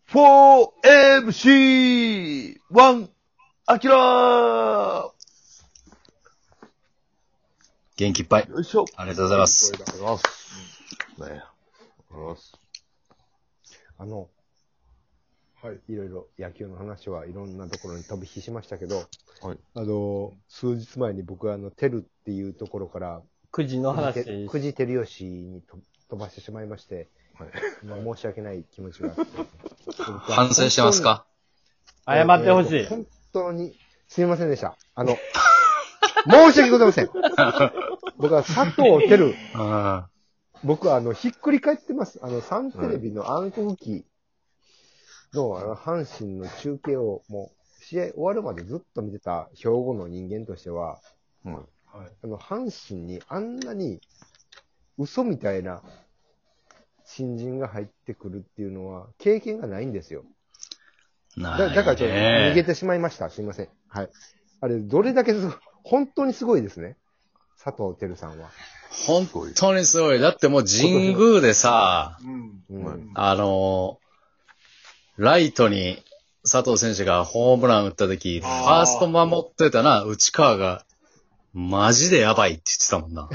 4MC1 アキラー。 元気いっぱい。 よいしょ。 ありがとうございます。 ありがとうございます。ね、ありがとうございます。 はい。 いろいろ野球の話はいろんなところに飛び火しましたけど、 はい。 数日前に僕はテルっていうところから、 くじの話。 くじ照吉に飛ばしてしまいまして、はい、申し訳ない気持ちがあって。 反省してますか？ 謝ってほしい。 本当に、すみませんでした。申し訳ございません。僕は佐藤輝。僕はひっくり返ってます。サンテレビの暗黒期の阪神の中継をもう試合終わるまでずっと見てた兵庫の人間としては、 はい、 阪神にあんなに嘘みたいな新人が入ってくるっていうのは経験がないんですよ。だからちょっと逃げてしまいました。すいません。はい。あれ、どれだけ本当にすごいですね。佐藤輝さんは。 本当にすごい。だってもう神宮でさ、ライトに佐藤選手がホームラン打った時、ファースト守ってたな、内川が、マジでやばいって言ってたもんな。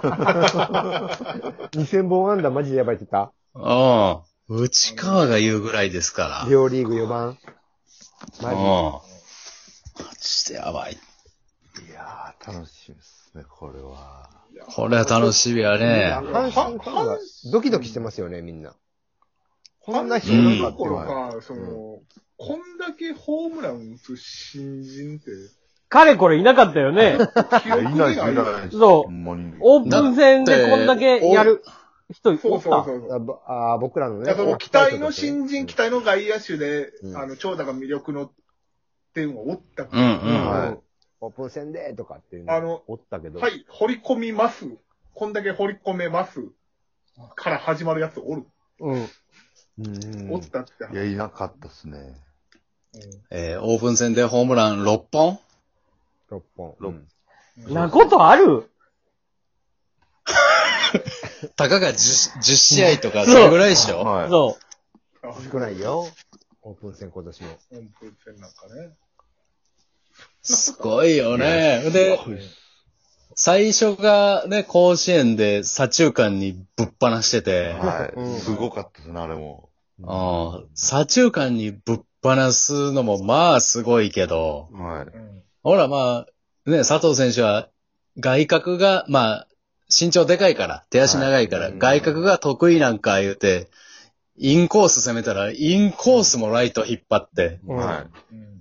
2000本安打マジでやばいって言った？ 内川が言うぐらいですから。 両リーグ4番。 マジでやばい。 いやー、楽しみですね、これは。 これは楽しみやね。 阪神ファンはドキドキしてますよね、みんな。こんな人なんかっていうのは。 こんだけホームラン打つ新人って。 彼これいなかったよね。 いない。 そう。オープン戦でこんだけやる人おった。 僕らのね。 期待の新人、期待の外野手で、長打が魅力の点をおったから。 オープン戦でとかっていうのおったけど。 はい、掘り込みます。こんだけ掘り込めます。から始まるやつおる。おったって。 いや、いなかったっすね。 オープン戦でホームラン6本 ?6 本。 なことある？ たかが 10試合とか、それぐらいでしょ？ そう。 少ないよ。オープン戦今年も。 オープン戦なんかね。 すごいよね。で、最初がね、甲子園で左中間にぶっ放してて。 はい。すごかったですね、あれも。 左中間にぶっ放すのもまあすごいけど。 はい。 ほらまあ、ね、佐藤選手は外角が、まあ、身長でかいから、手足長いから、外角が得意なんか言うて、インコース攻めたら、インコースもライト引っ張って。 はい。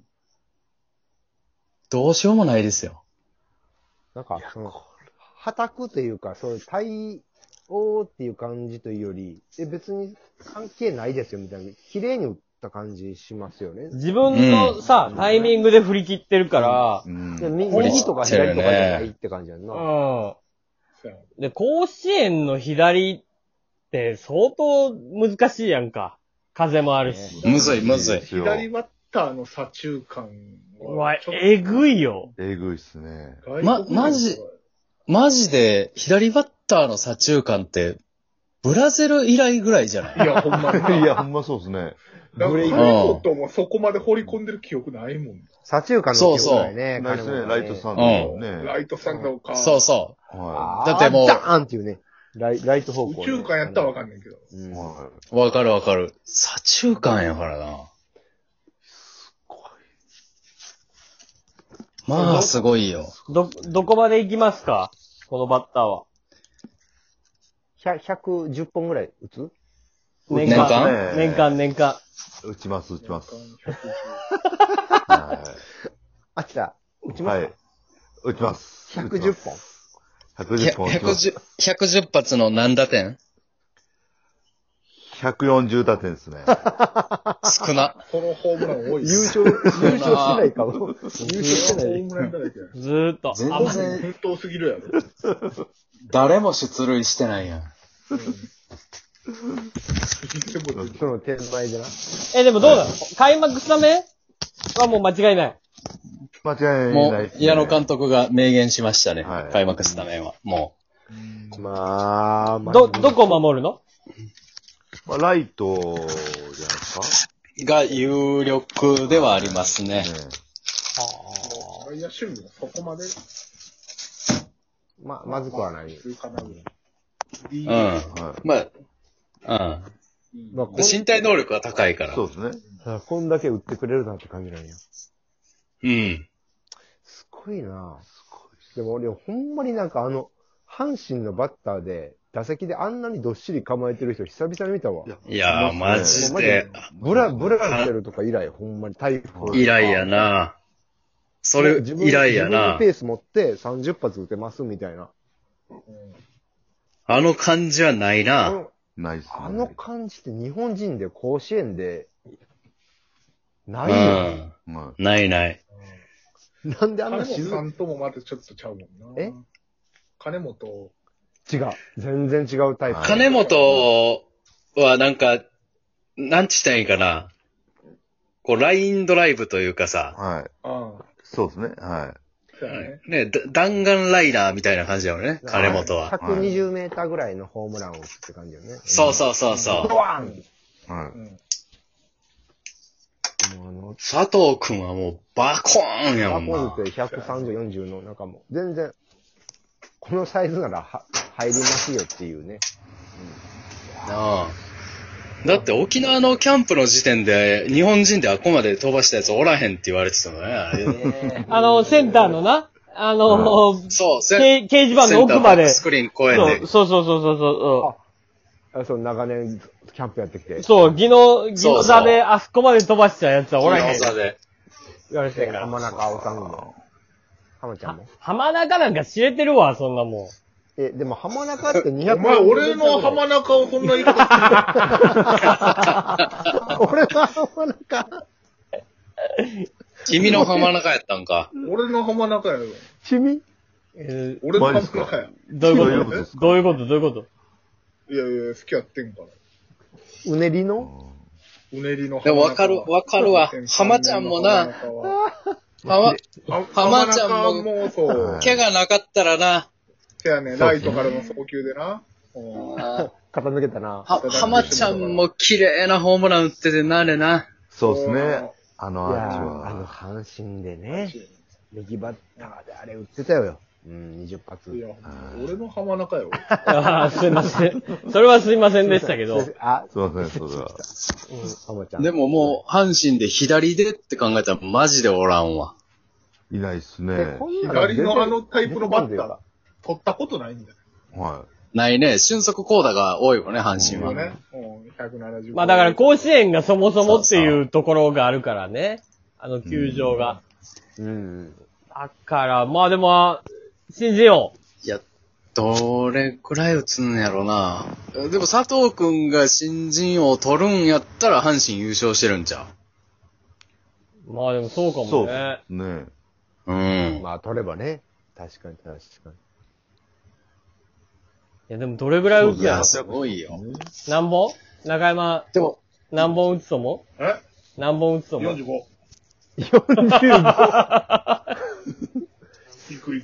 どうしようもないですよ。 なんか、はたくというか、そういう対応っていう感じというより、別に関係ないですよみたいな、綺麗に打った感じしますよね。 自分のさ、タイミングで振り切ってるから、右とか左とかじゃないって感じやんな。で、甲子園の左って相当難しいやんか。風もあるし。 むずい。 左バッターの左中間は。えぐいよ。 えぐいっすね。 マジで、左バッターの左中間って、ブラゼル以来ぐらいじゃない？ いや、ほんまに。 いや、ほんまそうですね。 ブレイクともそこまで掘り込んでる記憶ないもん。 左中間の記憶ないね。 ないですね、ライトさんのね。 ライトさんのか。 そう。だってもう。 ダーンっていうね。ライト方向。 右中間やったらわかんないけど。 わかる。左中間やからな。まあ、すごいよ。 どこまで行きますか？このバッターは。 110本ぐらい打つ？ 年間。 打ちます。 あちら、打ちますか？ はい。打ちます。 110本。 110本。 110発の何打点 ？140打点ですね。 少な。 このホームラン多い。 優勝してないかも。優勝してない。 ホームランだらけ。 ずーっと。 全然。 本当すぎるやろ。 誰も出塁してないやん。 その点前でな。 でもどうなの？開幕スタメンはもう間違いない。 間違いない。 もう、矢野監督が明言しましたね。開幕スタメンは。もう。まあ、 どこ守るの？ ライトじゃないですか？ が有力ではありますね。 外野守備もそこまで。 まずくはない。 まあ、身体能力が高いから。 そうですね。 こんだけ打ってくれるなって感じなんや。 うん。 すごいな。でも俺、ほんまになんか阪神のバッターで、打席であんなにどっしり構えてる人久々に見たわ。 いやー、マジで。 ブラしてるとか以来、ほんまに台風。 以来やな。それ、以来やな。 自分のペース持って30発撃てますみたいな。 あの感じはないな。 ないっすね。 あの感じって日本人で甲子園で、ないよ。 ないない。 なんであんな金本さんともまたちょっとちゃうもんな。金本。 違う。全然違うタイプ。 金本はなんか、なんちったらいいかな。こう、ラインドライブというかさ。 はい。そうですね。はい。 ね、弾丸ライナーみたいな感じだよね、金本は。 120メーターぐらいのホームランを打つって感じよね。 そうそうそうそう。 ドワン！ 佐藤くんはもうバコーンやもんな。 バコーンって130、40の中も。全然、このサイズなら入りますよっていうね。 だって沖縄のキャンプの時点で日本人であこまで飛ばしたやつおらへんって言われてたのね。 センターのな、 そう、 掲示板の奥まで。 スクリーン越えて。 そう。 そう、長年キャンプやってきて。 そう、技能座であそこまで飛ばしたやつはおらへん。 技能座で。 言われてんから。 浜中青さんも。浜ちゃんも。 浜中なんか知れてるわ、そんなもん。 でも浜中って200 お前、俺の浜中をそんな言い方する俺の浜中君の浜中やったんか。 俺の浜中やろ。 君俺の浜中や。 どういうこといや、好きやってんから。 うねりのでもわかるわ。浜ちゃんもな。浜ちゃんも、毛がなかったらな。 せやね、ライトからの送球でな。 傾けたな。 浜ちゃんも綺麗なホームラン打っててな、あれな。 そうですね。アーチは。阪神でね、右バッターであれ打ってたよ。20発。 いや、俺の浜中よ。 すいません。それはすいませんでしたけど。 すいません、それは。 浜ちゃん。 でももう、阪神で左でって考えたらマジでおらんわ。 いないっすね。 左のあのタイプのバッター、取ったことないんだよ。 はい。 ないね。俊足高打が多いよね、阪神は。 170。 まあだから甲子園がそもそもっていうところがあるからね。球場が。だから、まあでも、信じよう。いや、どれくらい打つんやろな。でも佐藤くんが新人王取るんやったら阪神優勝してるんちゃう。まあでもそうかもね。 ねまあ取ればね。確かに。 いやでもどれぐらい打つやろ。 すごいよ。 何本中山、でも、何本打つと思う？何本打つと思う？ 45。いく。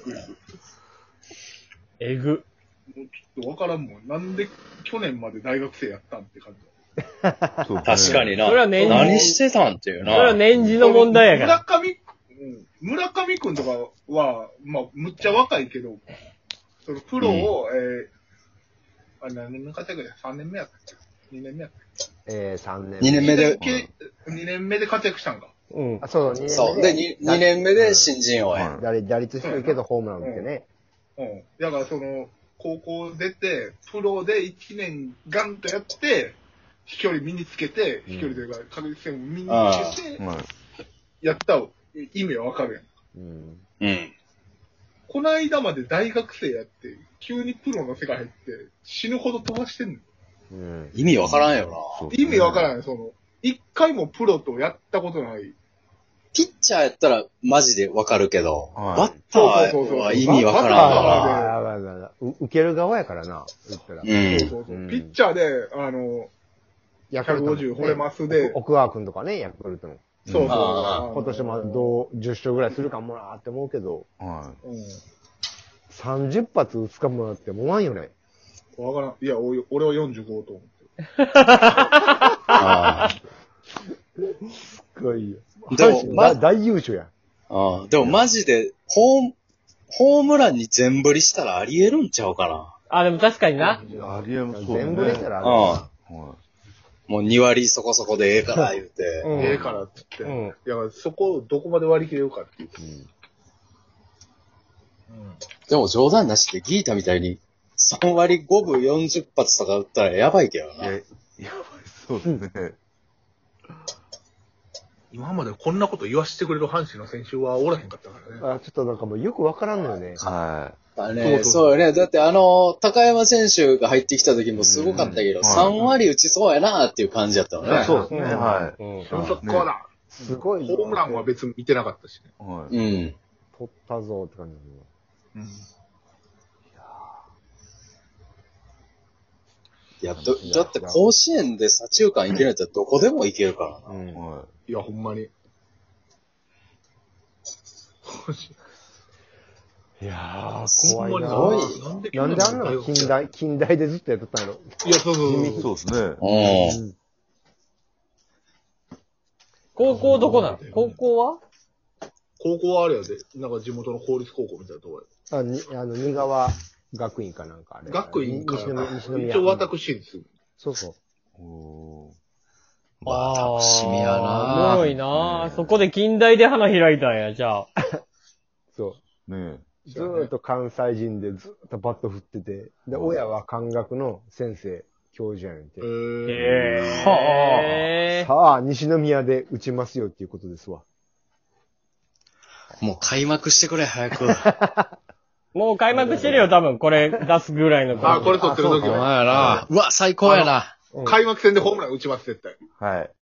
えぐ。 もうちょっとわからんもん。なんで去年まで大学生やったんって感じ。 確かにな。 それは年次。 何してたんっていうな。 それは年次の問題やから。 村上くんとかは、まあ、むっちゃ若いけど、そのプロを、何年目活躍や ?3 年目やったっけ ?2 年目やったっけ 3年目。2年目で。 2年目で活躍したんか。 そう、 そう。で、2年目で新人王や。 打率低いけどホームラン打ってね。 だから高校出て、プロで1年ガンとやって、飛距離身につけて、飛距離というか確実性も身につけて、やった意味はわかるやん。この間まで大学生やって、急にプロの世界入って、死ぬほど飛ばしてんの。 意味わからんよな。 意味わからんよ、一回もプロとやったことない。 ピッチャーやったらマジでわかるけど、バッターは意味わからんわ。受ける側やからな、言ったら。 ピッチャーで、150惚れますで。 奥川くんとかね、ヤクルトの。 そう。 今年も10勝ぐらいするかもなって思うけど、30発打つかもなって思わんよね。 わからん。いや、俺は45と思って。 ごいよ。 でも大優勝やん。 でもマジで、ホームランに全振りしたらあり得るんちゃうかな。 でも確かにな。 ありえますそうね。 全部出たらあれ。 もう2割そこそこでええから言うて。 ええからって言って。いや、そこをどこまで割り切れるかっていう。 でも冗談なしでギータみたいに3割5分40発とか打ったらやばいけどな。 やばい、そうですね。 今までこんなこと言わせてくれる阪神の選手はおらへんかったからね。 ちょっとなんかもうよくわからんのよね。 はそうよね。だって高山選手が入ってきた時もすごかったけど、3割打ちそうやなっていう感じだったのね。 そうですね。はい。 速攻だ。 すごい。 ホームランは別に見てなかったしね。 取ったぞって感じだね。 いや、だって甲子園で左中間行けるやつはどこでも行けるからな。 いや、ほんまに。 いやー、怖いな。 なんであんなの近代でずっとやってたの。 いや、そうですね。 高校どこなの？高校はあれやで。なんか地元の公立高校みたいなとこや。 新川学院かなんかあれ。 学院か。 西宮。 一応私立。 そうそう。 楽しみやな。 おもろいな。そこで近代で花開いたんや、じゃあ。 そう。 ねずーっと関西人でずっとバット振ってて、で、親は漢学の先生、教授やねんて。さあ、西宮で打ちますよっていうことですわ。 もう開幕してくれ、早く。 もう開幕してるよ、多分。これ出すぐらいの。 これ撮ってる時は。 うわ、最高やな。 開幕戦でホームラン打ちます、絶対。 はい。